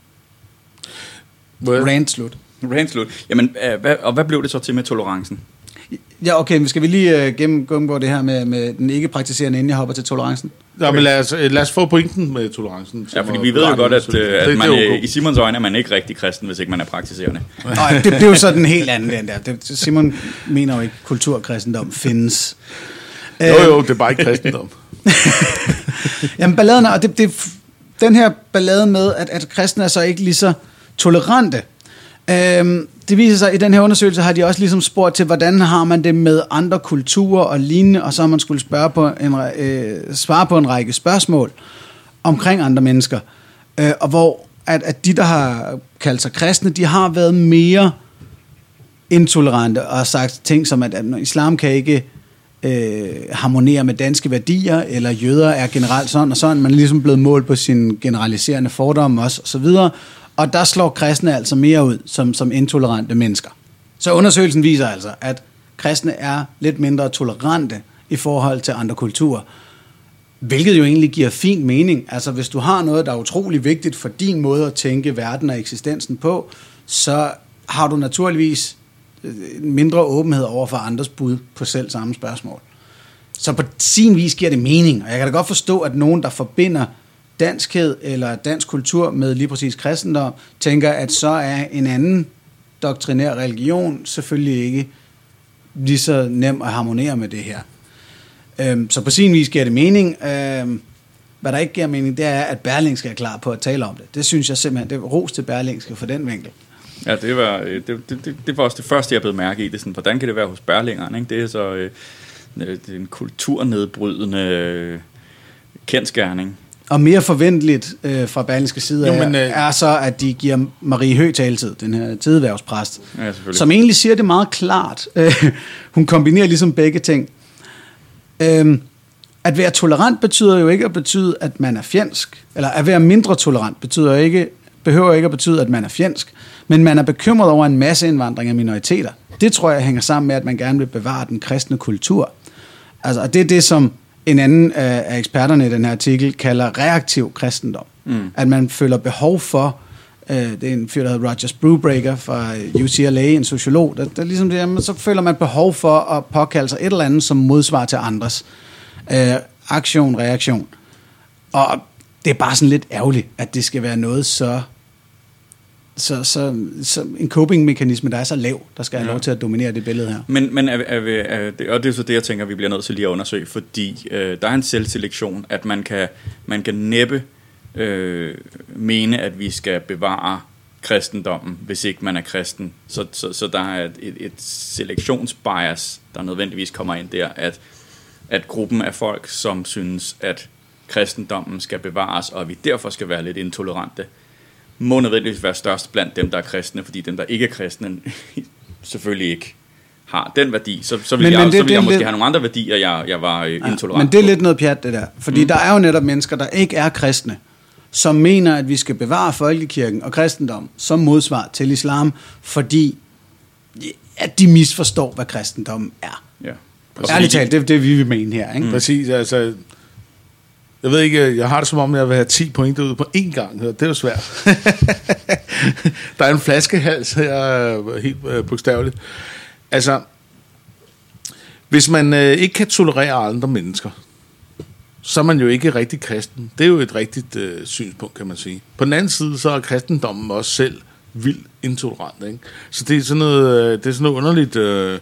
Rant slut. Rant slut. Jamen, øh, hvad, og hvad blev det så til med tolerancen? Ja, okay, men skal vi lige uh, gennemgå det her med, med den ikke-praktiserende, inden jeg hopper til tolerancen? Ja, men lad os, lad os få pointen med tolerancen. Ja, fordi vi ved jo godt, at, at det, man, det okay. i Simons øjne er man ikke rigtig kristen, hvis ikke man er praktiserende. Nej, det, det er jo så den helt anden, den der. Det, Simon mener jo ikke, at kulturkristendom findes. Jo, jo, det er bare ikke kristendom. Jamen, balladen er, og det, det, den her ballade med, at, at kristne er så ikke lige så tolerante. Øhm, det viser sig, i den her undersøgelse har de også ligesom spurgt til, hvordan har man det med andre kulturer og lignende, og så har man skulle spørge på en, øh, svare på en række spørgsmål omkring andre mennesker. Øh, og hvor at, at de, der har kaldt sig kristne, de har været mere intolerante og sagt ting som, at, at islam kan ikke øh, harmonere med danske værdier, eller jøder er generelt sådan og sådan. Man er ligesom blevet målt på sine generaliserende fordomme også, og så videre. Og der slår kristne altså mere ud som, som intolerante mennesker. Så undersøgelsen viser altså, at kristne er lidt mindre tolerante i forhold til andre kulturer. Hvilket jo egentlig giver fin mening. Altså hvis du har noget, der er utrolig vigtigt for din måde at tænke verden og eksistensen på, så har du naturligvis mindre åbenhed over for andres bud på selv samme spørgsmål. Så på sin vis giver det mening. Og jeg kan da godt forstå, at nogen, der forbinder danskhed eller dansk kultur med lige præcis kristendom, tænker, at så er en anden doktrinær religion selvfølgelig ikke lige så nem at harmonere med det her. Øhm, så på sin vis giver det mening. Øhm, hvad der ikke giver mening, det er, at Berlingske er klar på at tale om det. Det synes jeg simpelthen, det er ros til Berlingske for den vinkel. Ja, det var, det, det, det, det var også det første, jeg blev mærke i. Det er sådan, hvordan kan det være hos Berlingeren? Ikke? Det er så øh, det er en kulturnedbrydende øh, kendsgerning. Og mere forventeligt øh, fra Berlingske side jo, men, øh, er så, at de giver Marie Høgh taletid, den her tideværvspræst, ja, som egentlig siger det meget klart. Hun kombinerer ligesom begge ting. Øhm, at være tolerant betyder jo ikke at betyde, at man er fjendsk. Eller at være mindre tolerant betyder ikke, behøver ikke at betyde, at man er fjendsk. Men man er bekymret over en masse indvandring af minoriteter. Det tror jeg hænger sammen med, at man gerne vil bevare den kristne kultur. Altså, og det er det, som en anden af eksperterne i den her artikel kalder reaktiv kristendom. Mm. At man føler behov for, øh, det er en fyr, der hedder Roger Brubaker fra U C L A, en sociolog, der, der ligesom det, jamen, så føler man behov for at påkalde sig et eller andet som modsvar til andres. Øh, aktion, reaktion. Og det er bare sådan lidt ærgerligt, at det skal være noget så, så, så, så en coping-mekanisme, der er så lav, der skal have ja. lov til at dominere det billede her. Men, men er, er, er, det, og det er så det, jeg tænker, vi bliver nødt til lige at undersøge, fordi øh, der er en selvselektion, at man kan, man kan næppe øh, mene, at vi skal bevare kristendommen, hvis ikke man er kristen. Så, så, så der er et, et selektionsbias, der nødvendigvis kommer ind der, at, at gruppen af folk, som synes, at kristendommen skal bevares, og at vi derfor skal være lidt intolerante, må nødvendigvis være størst blandt dem, der er kristne, fordi dem, der ikke er kristne, selvfølgelig ikke har den værdi. Så, så vil men, jeg, men det, så vil jeg måske lidt have nogle andre værdier, jeg, jeg var ja, intolerant Men det er på. Lidt noget pjat, det der. Fordi mm. der er jo netop mennesker, der ikke er kristne, som mener, at vi skal bevare folkekirken og kristendom som modsvar til islam, fordi at de misforstår, hvad kristendommen er. Ja. Ærligt talt, det er det, vi vil mene her. Ikke? Mm. Præcis, altså... Jeg ved ikke, jeg har det som om, jeg vil have ti point ud på én gang. Det er jo svært. Der er en flaskehals her, helt øh, bogstaveligt. Altså, hvis man øh, ikke kan tolerere andre mennesker, så er man jo ikke rigtig kristen. Det er jo et rigtigt øh, synspunkt, kan man sige. På den anden side, så er kristendommen også selv vildt intolerant. Ikke? Så det er sådan noget, øh, det er sådan noget underligt øh,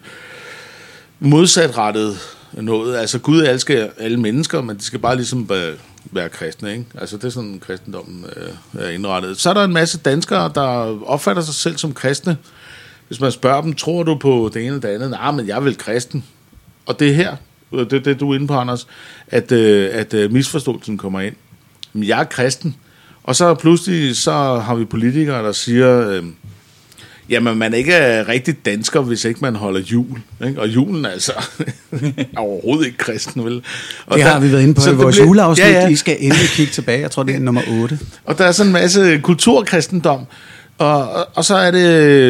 modsatrettet noget. Altså, Gud elsker alle mennesker, men de skal bare ligesom være, være kristne, ikke? Altså, det er sådan, kristendommen øh, er indrettet. Så er der en masse danskere, der opfatter sig selv som kristne. Hvis man spørger dem, tror du på det ene eller det andet? Nej, men jeg er vel kristen. Og det er her, det er det, du er inde på, Anders, at, øh, at øh, misforståelsen kommer ind. Men jeg er kristen. Og så pludselig, så har vi politikere, der siger... Øh, Jamen, man er ikke rigtig dansker, hvis ikke man holder jul. Ikke? Og julen er altså er overhovedet ikke kristen, vel? Og det der, har vi været inde på i vores bliver, juleafsnit. Ja, ja. I skal endelig kigge tilbage. Jeg tror, det er nummer otte. Og der er sådan en masse kulturkristendom. Og, og, og så er det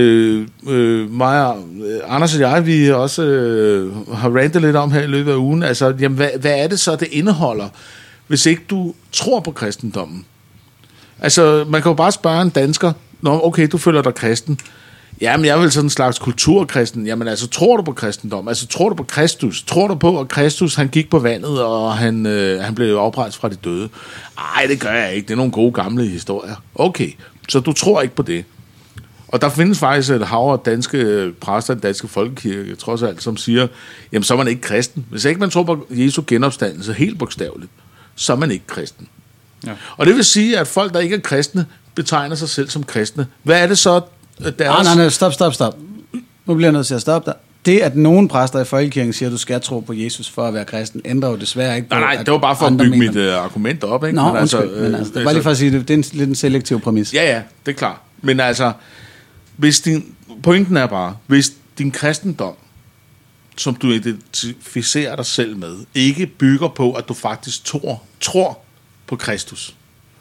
øh, mig og Anders og jeg, vi også øh, har rantet lidt om her i løbet af ugen. Altså, jamen, hvad, hvad er det så, det indeholder, hvis ikke du tror på kristendommen? Altså, man kan jo bare spørge en dansker, nå, okay, du føler dig kristen. Jamen, jeg er vel sådan en slags kulturkristen. Jamen, altså, tror du på kristendom? Altså, tror du på Kristus? Tror du på, at Kristus, han gik på vandet, og han, øh, han blev oprejst fra de døde? Ej, det gør jeg ikke. Det er nogle gode gamle historier. Okay, så du tror ikke på det. Og der findes faktisk et hav af danske præster i den danske folkekirke, trods alt, som siger, jamen, så er man ikke kristen. Hvis ikke man tror på Jesu genopstandelse, helt bogstaveligt, så er man ikke kristen. Ja. Og det vil sige, at folk, der ikke er kristne, betegner sig selv som kristne. Hvad er det så, deres... Nej, nej, nej, stop, stop, stop. Nu bliver jeg nødt til at stoppe dig. Det, at nogen præster i folkekirken siger, at du skal tro på Jesus for at være kristen, ændrer jo desværre ikke på... Nej, nej, det var bare for at bygge mit uh, argument op, ikke? Nå, men undskyld, altså, men altså, det var lige for at sige, det, det er en, lidt en selektiv præmis. Ja, ja, det er klart. Men altså, hvis din, pointen er bare, hvis din kristendom, som du identificerer dig selv med, ikke bygger på, at du faktisk tror, tror på Kristus,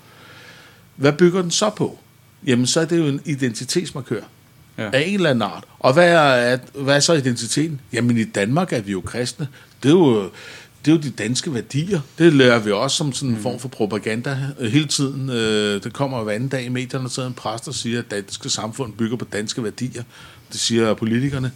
hvad bygger den så på? Jamen, så er det jo en identitetsmarkør. Ja. Af en eller anden art. Og hvad er, hvad er så identiteten? Jamen, i Danmark er vi jo kristne. Det er jo, det er jo de danske værdier. Det lærer vi også som sådan en mm. form for propaganda hele tiden. Det kommer hver anden dag i medierne, der sidder en præst og siger, at det danske samfund bygger på danske værdier. Det siger politikerne.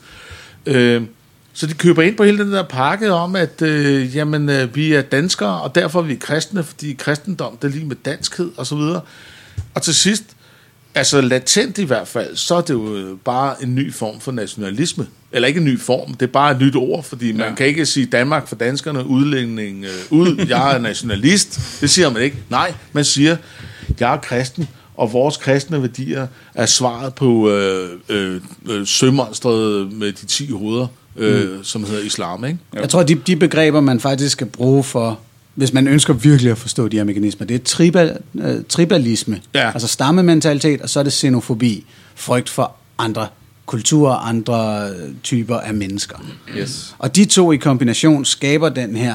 Så de køber ind på hele den der pakke om, at øh, jamen, øh, vi er danskere, og derfor er vi kristne, fordi kristendom, det er lige med danskhed og så videre. Og til sidst, altså latent i hvert fald, så er det jo bare en ny form for nationalisme. Eller ikke en ny form, det er bare et nyt ord, fordi man ja. kan ikke sige Danmark for danskerne, udlænding øh, ud, jeg er nationalist. Det siger man ikke. Nej, man siger, jeg er kristen, og vores kristne værdier er svaret på øh, øh, øh, sømonstret med de ti hoveder, øh, mm. som hedder islam, ikke? Jeg tror, de, de begreber, man faktisk skal bruge for, hvis man ønsker virkelig at forstå de her mekanismer, det er tribal, øh, tribalisme, ja. altså stammementalitet, og så er det xenofobi, frygt for andre kulturer, andre typer af mennesker. Yes. Og de to i kombination skaber den her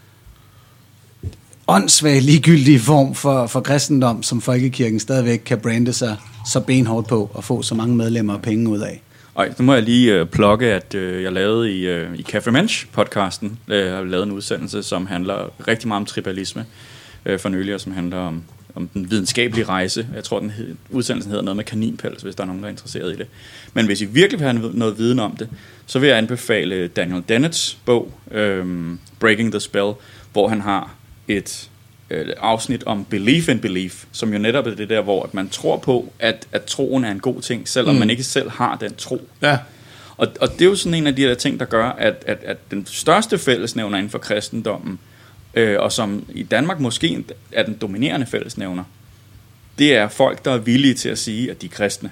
åndssvagt ligegyldige form for, for kristendom, som folkekirken stadigvæk kan brande sig så benhårdt på og få så mange medlemmer og penge ud af. Ej, nu må jeg lige uh, plukke, at uh, jeg lavede i, uh, i Café Mensch-podcasten, uh, jeg har lavet en udsendelse, som handler rigtig meget om tribalisme uh, for nylig, og som handler om, om den videnskabelige rejse. Jeg tror, den hed, udsendelsen hedder noget med kaninpels, hvis der er nogen, der er interesseret i det. Men hvis I virkelig vil have noget viden om det, så vil jeg anbefale Daniel Dennett's bog, um, Breaking the Spell, hvor han har et øh, afsnit om belief in belief, som jo netop er det der, hvor at man tror på, at, at troen er en god ting, selvom mm. man ikke selv har den tro. Ja. Og, og det er jo sådan en af de der ting, der gør, at, at, at den største fællesnævner inden for kristendommen, øh, og som i Danmark måske er den dominerende fællesnævner, det er folk, der er villige til at sige, at de er kristne.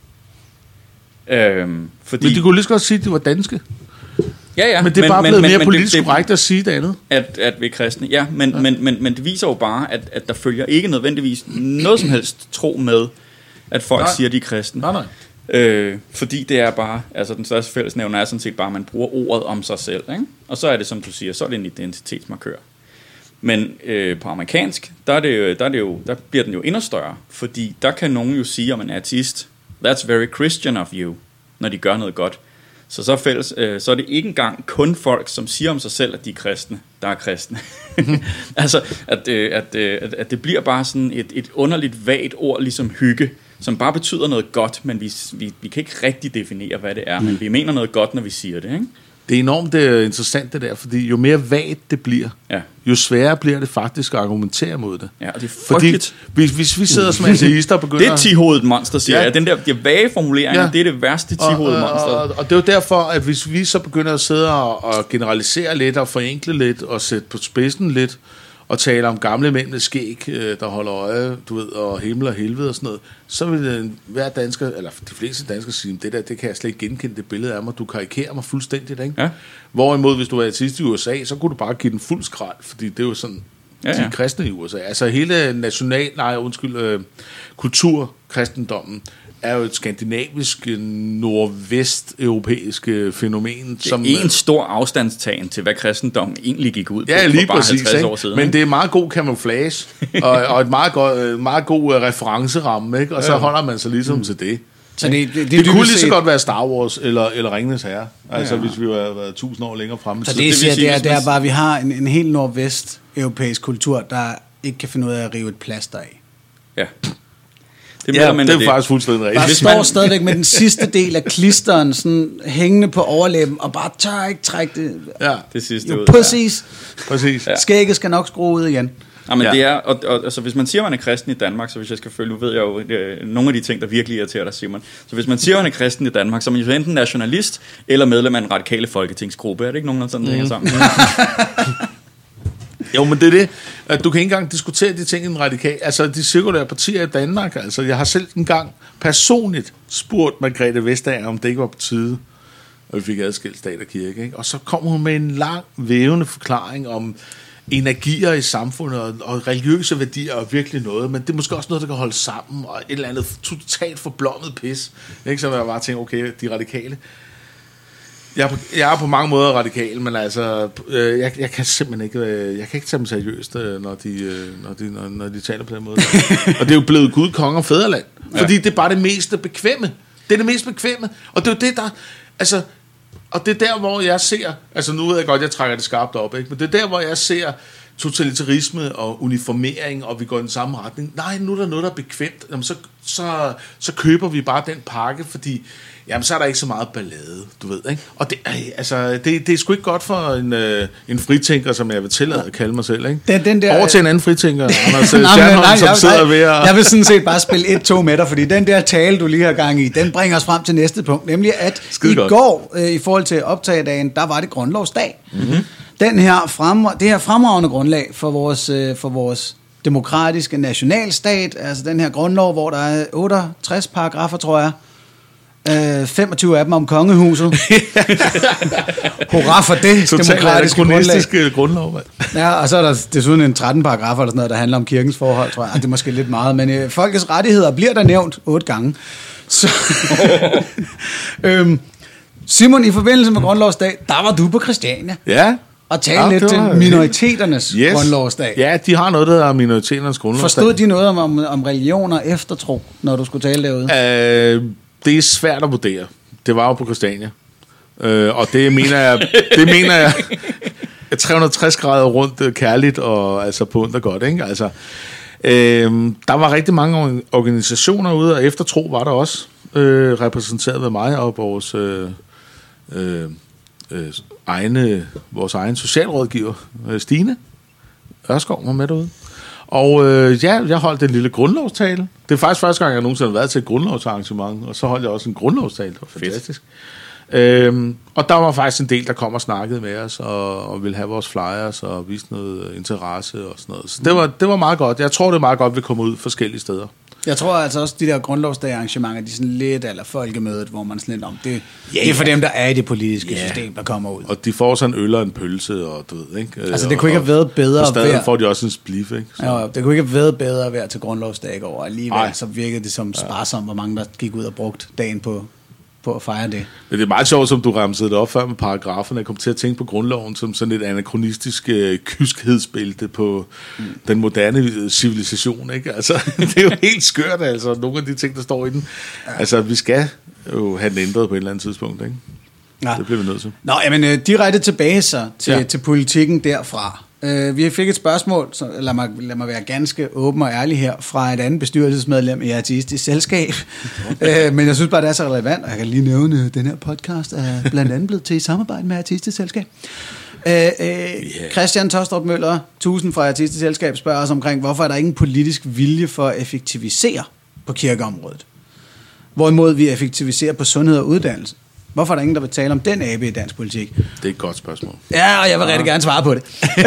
Øhm, fordi Men de kunne lige så godt sige, at de var danske. Ja, ja. Men det er bare men, blevet men, mere men, politisk det, korrekt at sige det andet. At, at vi er kristne, ja. Men, ja. Men, men, men det viser jo bare, at, at der følger ikke nødvendigvis noget som helst tro med, at folk nej. siger, at de er kristne. Nej, nej. Øh, fordi det er bare, altså den største fællesnævner er sådan set bare, at man bruger ordet om sig selv. Ikke? Og så er det, som du siger, så er det en identitetsmarkør. Men øh, på amerikansk, der, er det jo, der, er det jo, der bliver den jo endnu større. Fordi der kan nogen jo sige om en ateist, that's very Christian of you, når de gør noget godt. Så så, fælles, øh, så er det ikke engang kun folk, som siger om sig selv, at de er kristne, der er kristne. Altså, at, øh, at, øh, at, at det bliver bare sådan et, et underligt vagt ord, ligesom hygge, som bare betyder noget godt, men vi, vi, vi kan ikke rigtig definere, hvad det er, mm. men vi mener noget godt, når vi siger det, ikke? Det er enormt det interessant det der, fordi jo mere vagt det bliver, ja. jo sværere bliver det faktisk at argumentere mod det. Ja, og det er frygteligt. Fordi hvis, hvis vi sidder som ateister og begynder... Det er ti-hovedet monster, siger ja. jeg. Den der de vage formuleringer, ja. det er det værste ti-hovedet monster. Og, og, og det er jo derfor, at hvis vi så begynder at sidde og, og generalisere lidt og forenkle lidt og sætte på spidsen lidt, og tale om gamle mænd med skæg, der holder øje, du ved, og himmel og helvede og sådan noget, så vil hver dansker, eller de fleste danskere sige, det der, det kan jeg slet ikke genkende det billede af mig, du karikerer mig fuldstændigt, ikke? Ja. Hvorimod, hvis du var artist i U S A, så kunne du bare give den fuld skrald, fordi det er jo sådan, ja, ja. de kristne i U S A. Altså hele national, nej, undskyld, øh, kulturkristendommen er jo et skandinavisk, nordvesteuropæisk fænomen. Det er som, en stor afstandstagen til, hvad kristendommen egentlig gik ud på ja, lige for bare præcis, halvtreds år siden. Men det er meget god camouflage, og, og et meget, god, meget god referenceramme, ikke? Og så holder man sig ligesom mm. til det. Så det, det, det, det kunne lige så godt være Star Wars eller, eller Ringenes Herre, altså ja. hvis vi var været tusind år længere fremme. Så det, det, siger, sige, det, er, det er bare, at vi har en, en helt nordvest-europæisk kultur, der ikke kan finde ud af at rive et plaster af. Ja. Det, ja, det er det. faktisk fuldstændig rigtigt. Der står man... stadigvæk med den sidste del af klisteren sådan hængende på overlæben, og bare tør ikke trække det. Ja, det sidste jo, ud. Præcis. Ja. Præcis. Ja. Skægget skal nok skrue ud igen. Ja, men ja. det er, og, og, altså, hvis man siger, at man er kristen i Danmark, så hvis jeg skal følge, nu ved jeg jo øh, nogle af de ting, der virkelig irriterer dig, Simon. Så hvis man siger, at man er kristen i Danmark, så er man jo enten nationalist, eller medlem af en radikale folketingsgruppe. Er det ikke nogen, der sådan mm. hænger sammen? Jo, men det er det, at du kan ikke engang diskutere de ting i en radikal, altså de cirkulære partier i Danmark, altså jeg har selv engang personligt spurgt Margrethe Vestager, om det ikke var på tide, og vi fik adskilt stat og kirke, ikke? Og så kom hun med en lang, vævende forklaring om energier i samfundet, og, og religiøse værdier er virkelig noget, men det er måske også noget, der kan holde sammen, og et eller andet totalt forblommet pis, ikke? Så jeg bare tænker, okay, de radikale. Jeg er, på, jeg er på mange måder radikal, men altså, øh, jeg, jeg kan simpelthen ikke, øh, jeg kan ikke tage dem seriøst, øh, når, de, øh, når, de, når, når de taler på den måde. Og det er jo blevet Gud, konge og fædreland, ja. Fordi det er bare det mest bekvemme. Det er det mest bekvemme, og det er jo det, der, altså, og det er der, hvor jeg ser, altså nu ved jeg godt, jeg trækker det skarpt op, ikke? Men det er der, hvor jeg ser totalitarisme og uniformering, og vi går i den samme retning. Nej, nu er der noget, der er bekvemt. Jamen, så, så, så køber vi bare den pakke, fordi jamen, så er der ikke så meget ballade, du ved, ikke? Og det, altså, det, det er sgu ikke godt for en, øh, en fritænker, som jeg vil tillade at kalde mig selv, ikke? Den, den der, over til en anden fritænker, Anders Stjernholm, som jeg, sidder ved at... Jeg vil sådan set bare spille et to med dig, fordi den der tale, du lige har gang i, den bringer os frem til næste punkt, nemlig at Skide i godt. går, øh, i forhold til optagedagen, der var det grundlovsdag. Mm-hmm. Den her frem, det her fremragende grundlag for vores, øh, for vores demokratiske nationalstat, altså den her grundlov, hvor der er otteogtres paragrafer, tror jeg, øh, femogtyve af dem om kongehuset. Hurra for det, demokratiske grundlag. grundlov. Ja, og så er der desuden en tretten paragrafer eller sådan noget, der handler om kirkens forhold, tror jeg. Det er måske lidt meget, men øh, folkets rettigheder bliver der nævnt otte gange. Så, øhm, Simon, i forbindelse med grundlovsdag, der var du på Christiania. Ja. Og tale ja, lidt til minoriteternes yes. grundlovsdag. Ja, de har noget, der hedder minoriteternes grundlovsdag. Forstod de noget om, om, om religion og eftertro, når du skulle tale derude? Øh, det er svært at vurdere. Det var jo på Christiania. Øh, og det mener jeg, det mener jeg tre hundrede og tres grader rundt kærligt og altså på under godt, ikke? Altså, øh, der var rigtig mange organisationer ude, og eftertro var der også øh, repræsenteret ved mig og vores... Øh, øh, Øh, egne, vores egen socialrådgiver, øh, Stine Ørskov, var med derude. Og øh, ja, jeg holdt en lille grundlovstale. Det er faktisk første gang, jeg nogensinde har været til et grundlovsarrangement, og så holdt jeg også en grundlovstale. Det var fantastisk. Øhm, og der var faktisk en del, der kom og snakkede med os, og, og ville have vores flyers, og vise noget interesse og sådan noget. Så det var, det var meget godt. Jeg tror, det er meget godt, at vi kommer ud forskellige steder. Jeg tror altså også, de der grundlovsdag arrangementer, de er sådan lidt eller folkemødet, hvor man sådan lidt om, det, ja, det er for dem, der er i det politiske ja. system, der kommer ud. Og de får sådan en øl og en pølse, og du ved, ikke? Altså det kunne ikke have været bedre og stadig får de også en spliff, ikke? Så. Ja, det kunne ikke have været bedre at være til grundlovsdag over. Alligevel Ej. så virkede det som sparsomt, hvor mange der gik ud og brugte dagen på på at fejre det. Men det er meget sjovt, som du ramsede det op før med paragraferne. Jeg kom til at tænke på grundloven som sådan et anachronistisk øh, kyskhedsbælte på mm. den moderne civilisation, ikke? Altså, det er jo helt skørt, altså, nogle af de ting, der står i den. Ja. Altså, vi skal jo have den ændret på et eller andet tidspunkt, ikke? Ja. Det bliver vi nødt til. Nå, jamen øh, direkte tilbage så til, ja. til politikken derfra. Uh, vi fik et spørgsmål, så lad mig, lad mig være ganske åben og ærlig her, fra et andet bestyrelsesmedlem i Ateistisk Selskab. uh, men jeg synes bare, det er så relevant, og jeg kan lige nævne, at den her podcast er blandt andet blevet til i samarbejde med Ateistisk Selskab. Uh, uh, yeah. Christian Tostrup Møller, tusind fra Ateistisk Selskab, spørger os omkring, hvorfor er der ingen politisk vilje for at effektivisere på kirkeområdet? Hvorimod vi effektiviserer på sundhed og uddannelse. Hvorfor er der ingen, der vil tale om den abe i dansk politik? Det er et godt spørgsmål. Ja, og jeg vil ja. rigtig gerne svare på det.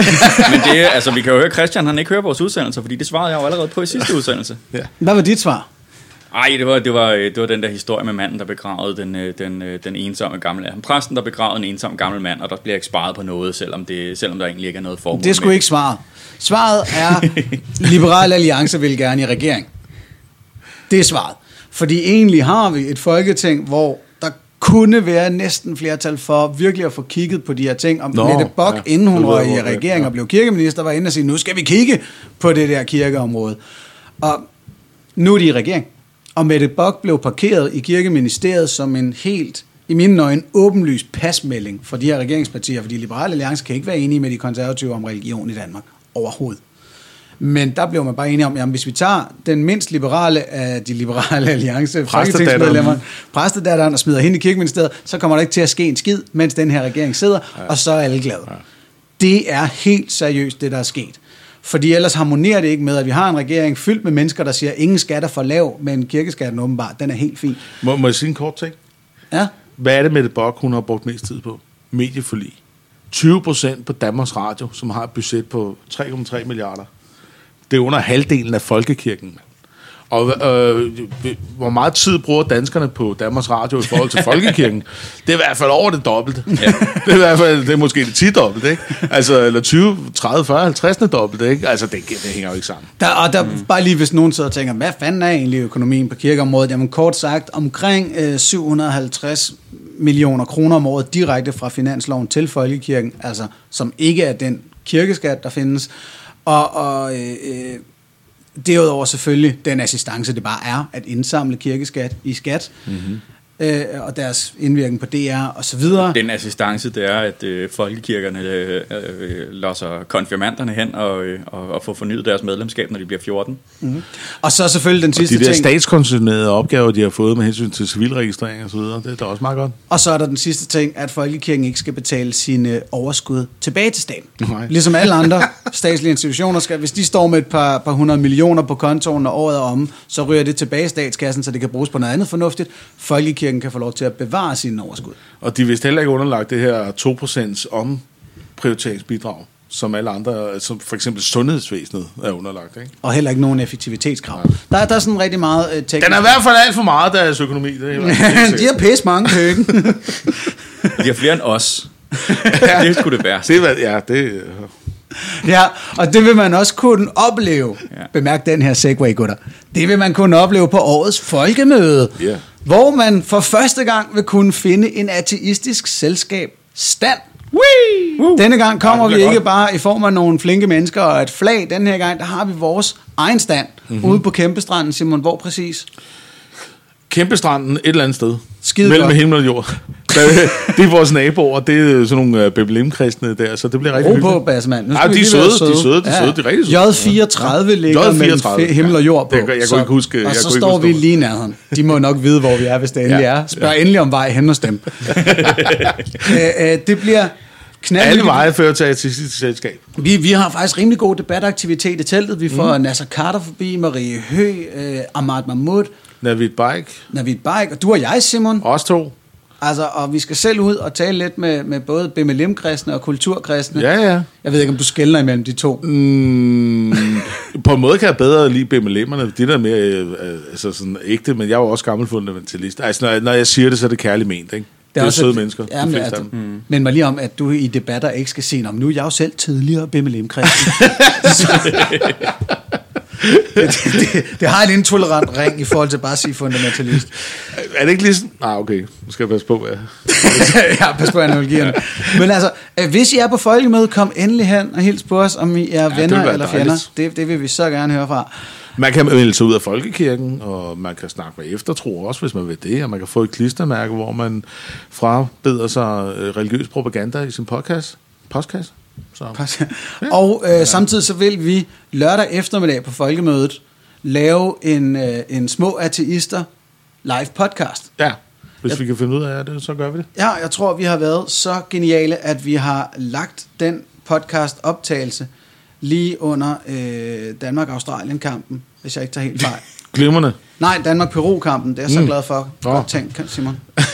Men det er, altså, vi kan jo høre, Christian han ikke hører vores udsendelser, fordi det svarede jeg jo allerede på i sidste udsendelse. Ja. Hvad var dit svar? Ej, det var, det, var, det var den der historie med manden, der begravede den, den, den ensomme gamle... Præsten, der begravede en ensom gammel mand, og der bliver ikke sparet på noget, selvom, det, selvom der egentlig ikke er noget formål. Det er sgu ikke svaret. Svaret er, Liberal Alliance vil gerne i regering. Det er svaret. Fordi egentlig har vi et folketing, hvor der kunne være næsten flertal for virkelig at få kigget på de her ting. Om Mette Bock, ja. inden hun var i regering og blev kirkeminister, var inde og sige, nu skal vi kigge på det der kirkeområde. Og nu er de i regering. Og Mette Bock blev parkeret i kirkeministeriet som en helt, i mine øjne, åbenlys pasmelding for de her regeringspartier, fordi Liberale Alliance kan ikke være enige med de konservative om religion i Danmark overhovedet. Men der blev man bare enige om, at hvis vi tager den mindst liberale af de liberale alliance folketingsmedlemmer, præstedatteren, og smider hende i kirkeministeriet, så kommer der ikke til at ske en skid, mens den her regering sidder, ja. og så er alle glade. Ja. Det er helt seriøst, det der er sket. Fordi ellers harmonerer det ikke med, at vi har en regering fyldt med mennesker, der siger, ingen skatter for lav, men kirkeskatten åbenbart, den er helt fin. Må, må jeg sige en kort ting? Ja. Hvad er det, Mette Bock, hun har brugt mest tid på? Medieforlig. tyve procent på Danmarks Radio, som har et budget på tre komma tre milliarder. Det er under halvdelen af folkekirken. Og øh, hvor meget tid bruger danskerne på Danmarks Radio i forhold til folkekirken? Det er i hvert fald over det dobbelte. Ja. Det er i hvert fald, det er måske det ti dobbelte, ikke? Altså, eller tyve, tredive, fyrre, halvtreds dobbelte, ikke? Altså, det, det hænger jo ikke sammen. Der, og der mm. bare lige, hvis nogen sidder og tænker, hvad fanden er egentlig økonomien på kirkeområdet? Jamen, kort sagt, omkring øh, syv hundrede og halvtreds millioner kroner om året direkte fra finansloven til folkekirken, altså, som ikke er den kirkeskat, der findes. Og, og øh, derudover selvfølgelig den assistance, det bare er at indsamle kirkeskat i skat, mm-hmm. øh, og deres indvirkning på D R og så videre. Den assistance, det er, at øh, folkekirkerne øh, øh, losser konfirmanderne hen og, øh, og, og får fornyet deres medlemskab, når de bliver fjorten. Mm-hmm. Og så selvfølgelig den sidste ting. De der ting, statskoncernerede opgaver, de har fået med hensyn til civilregistrering og så videre, det er da også meget godt. Og så er der den sidste ting, at folkekirken ikke skal betale sine overskud tilbage til staten. Nej. Ligesom alle andre statslige institutioner skal. Hvis de står med et par, par hundrede millioner på kontoen, og året er om, så ryger det tilbage i statskassen, så det kan bruges på noget andet fornuftigt. Folkekirken kan få lov til at bevare sine overskud. Og de er vist heller ikke underlagt det her to procent omprioriteringsbidrag, som alle andre, som for eksempel sundhedsvæsenet er underlagt, ikke? Og heller ikke nogen effektivitetskrav. Der er, der er sådan rigtig meget uh, teknisk. Den er i hvert fald alt for meget deres økonomi. Det er de har pisse mange køkken. De har flere end os. Det skulle det være. Det, ja, det... Ja, og det vil man også kunne opleve. Ja. Bemærk den her segway, gutter. Det vil man kunne opleve på årets folkemøde, yeah. hvor man for første gang vil kunne finde en ateistisk selskab stand. Uh. Denne gang kommer ja, vi ikke godt. bare i form af nogle flinke mennesker og et flag. Denne her gang, der har vi vores egen stand mm-hmm. ude på Kæmpestranden. Simon, hvor præcis? Kæmpestranden et eller andet sted. Skide mellem godt. himmel og jord. Det er vores naboer, det er sådan nogle B B L-kristne der, så det bliver rigtig hyggeligt. Ro på, Bassemand. Ja, de er søde, de er søde, de er søde, de er rigtig søde. J fireogtrøve ligger J fireogtredive mellem himmel og jord på. Jeg, jeg, jeg kunne ikke huske. Og jeg så står vi lige nærheden. De må nok vide, hvor vi er, hvis det endelig ja, er. Spørg ja. endelig om vej hen hos dem. Det bliver knald. Alle veje fører til et selskab. Vi, vi har faktisk rimelig god debataktivitet i teltet. Vi får mm. Nasser Carter forbi, Marie Høgh, eh, Ahmad Mahmoud, Navid Bike. Navid Bike, og du og jeg, Simon. Os to. Altså, og vi skal selv ud og tale lidt med, med både B M L M-kristne og kulturkristne. Ja, ja. Jeg ved ikke, om du skelner imellem de to. Mm, på en måde kan jeg bedre lide B M L M'erne. Det der mere øh, altså sådan ægte, men jeg er jo også gammel fundamentalist. Altså, når jeg, når jeg siger det, så er det kærligt ment, ikke? Det er, det er søde et, mennesker. Ja, men, altså, mm. men mig lige om, at du i debatter ikke skal sige, nu er jeg jo selv tidligere B M L M-kristen. det, det, det har en intolerant ring i forhold til bare at sige fundamentalist. Er det ikke lige sådan? Nej, okay. Nu skal jeg passe på, hvad ja, pas på analogierne. Men altså, hvis I er på folkemødet, kom endelig hen og hils på os, om I er ja, venner eller fjender. Det, det vil vi så gerne høre fra. Man kan melde sig ud af folkekirken, og man kan snakke med eftertro også, hvis man vil det, og man kan få et klistermærke, hvor man frabeder sig religiøs propaganda i sin podcast. Podcast? Så. Ja. Og øh, samtidig så vil vi lørdag eftermiddag på folkemødet lave en, øh, en små ateister live podcast. Ja, hvis jeg, vi kan finde ud af det, så gør vi det. Ja, jeg tror, vi har været så geniale, at vi har lagt den podcast optagelse lige under øh, Danmark-Australien-kampen, hvis jeg ikke tager helt fejl. Glimrende. Nej, Danmark-Peru-kampen, det er jeg så mm. glad for. Oh. Godt tænkt, Simon.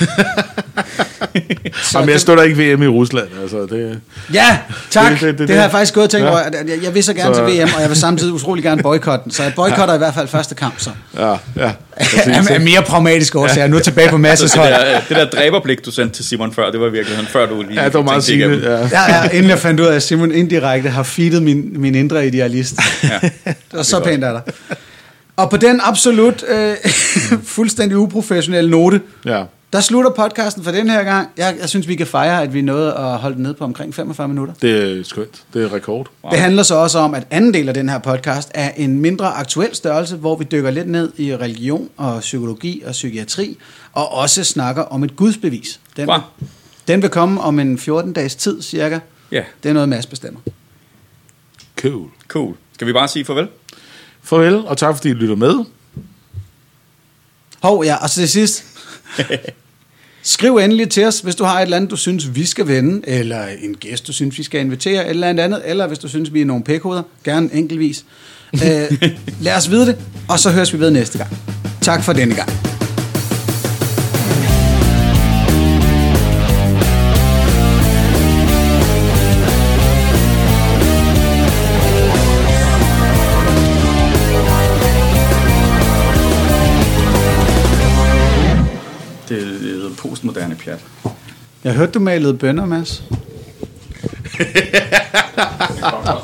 Jamen, jeg støtter ikke V M i Rusland. Altså, det, ja, tak. Det, det, det, det, det har jeg faktisk gået og tænkt over. ja. Jeg, jeg vil så gerne så, til V M, og jeg vil samtidig utrolig gerne boykotte den. Så jeg boykotter ja. i hvert fald første kamp. Så. Ja, ja. er mere pragmatisk årsager. Ja. Nu er tilbage på Masses hold. Det der, det der dræberblik, du sendte til Simon før, det var virkelig han før du lige... Ja, det var meget sigende. Ja. ja, ja, inden jeg fandt ud af, at Simon indirekte har feedet min, min indre idealist. Ja, det var så pænt af dig. Og på den absolut øh, fuldstændig uprofessionelle note, ja. der slutter podcasten for den her gang. Jeg, jeg synes, vi kan fejre, at vi nåede at holde den ned på omkring femogfyrre minutter. Det er skønt. Det er rekord. Wow. Det handler så også om, at anden del af den her podcast er en mindre aktuel størrelse, hvor vi dykker lidt ned i religion og psykologi og psykiatri, og også snakker om et gudsbevis. Den, wow. den vil komme om en fjorten dages tid, cirka. Ja. Yeah. Det er noget, Mads bestemmer. Cool. Cool. Skal vi bare sige farvel? Farvel, og tak fordi I lytter med. Hov, ja, og så til sidst. Skriv endelig til os, hvis du har et eller andet, du synes, vi skal vende, eller en gæst, du synes, vi skal invitere, eller andet andet, eller hvis du synes, vi er nogle pækhoveder, gerne enkeltvis. øh, lad os vide det, og så høres vi ved næste gang. Tak for denne gang. Postmoderne pjat. Jeg hørte, du malede bønner, Mads.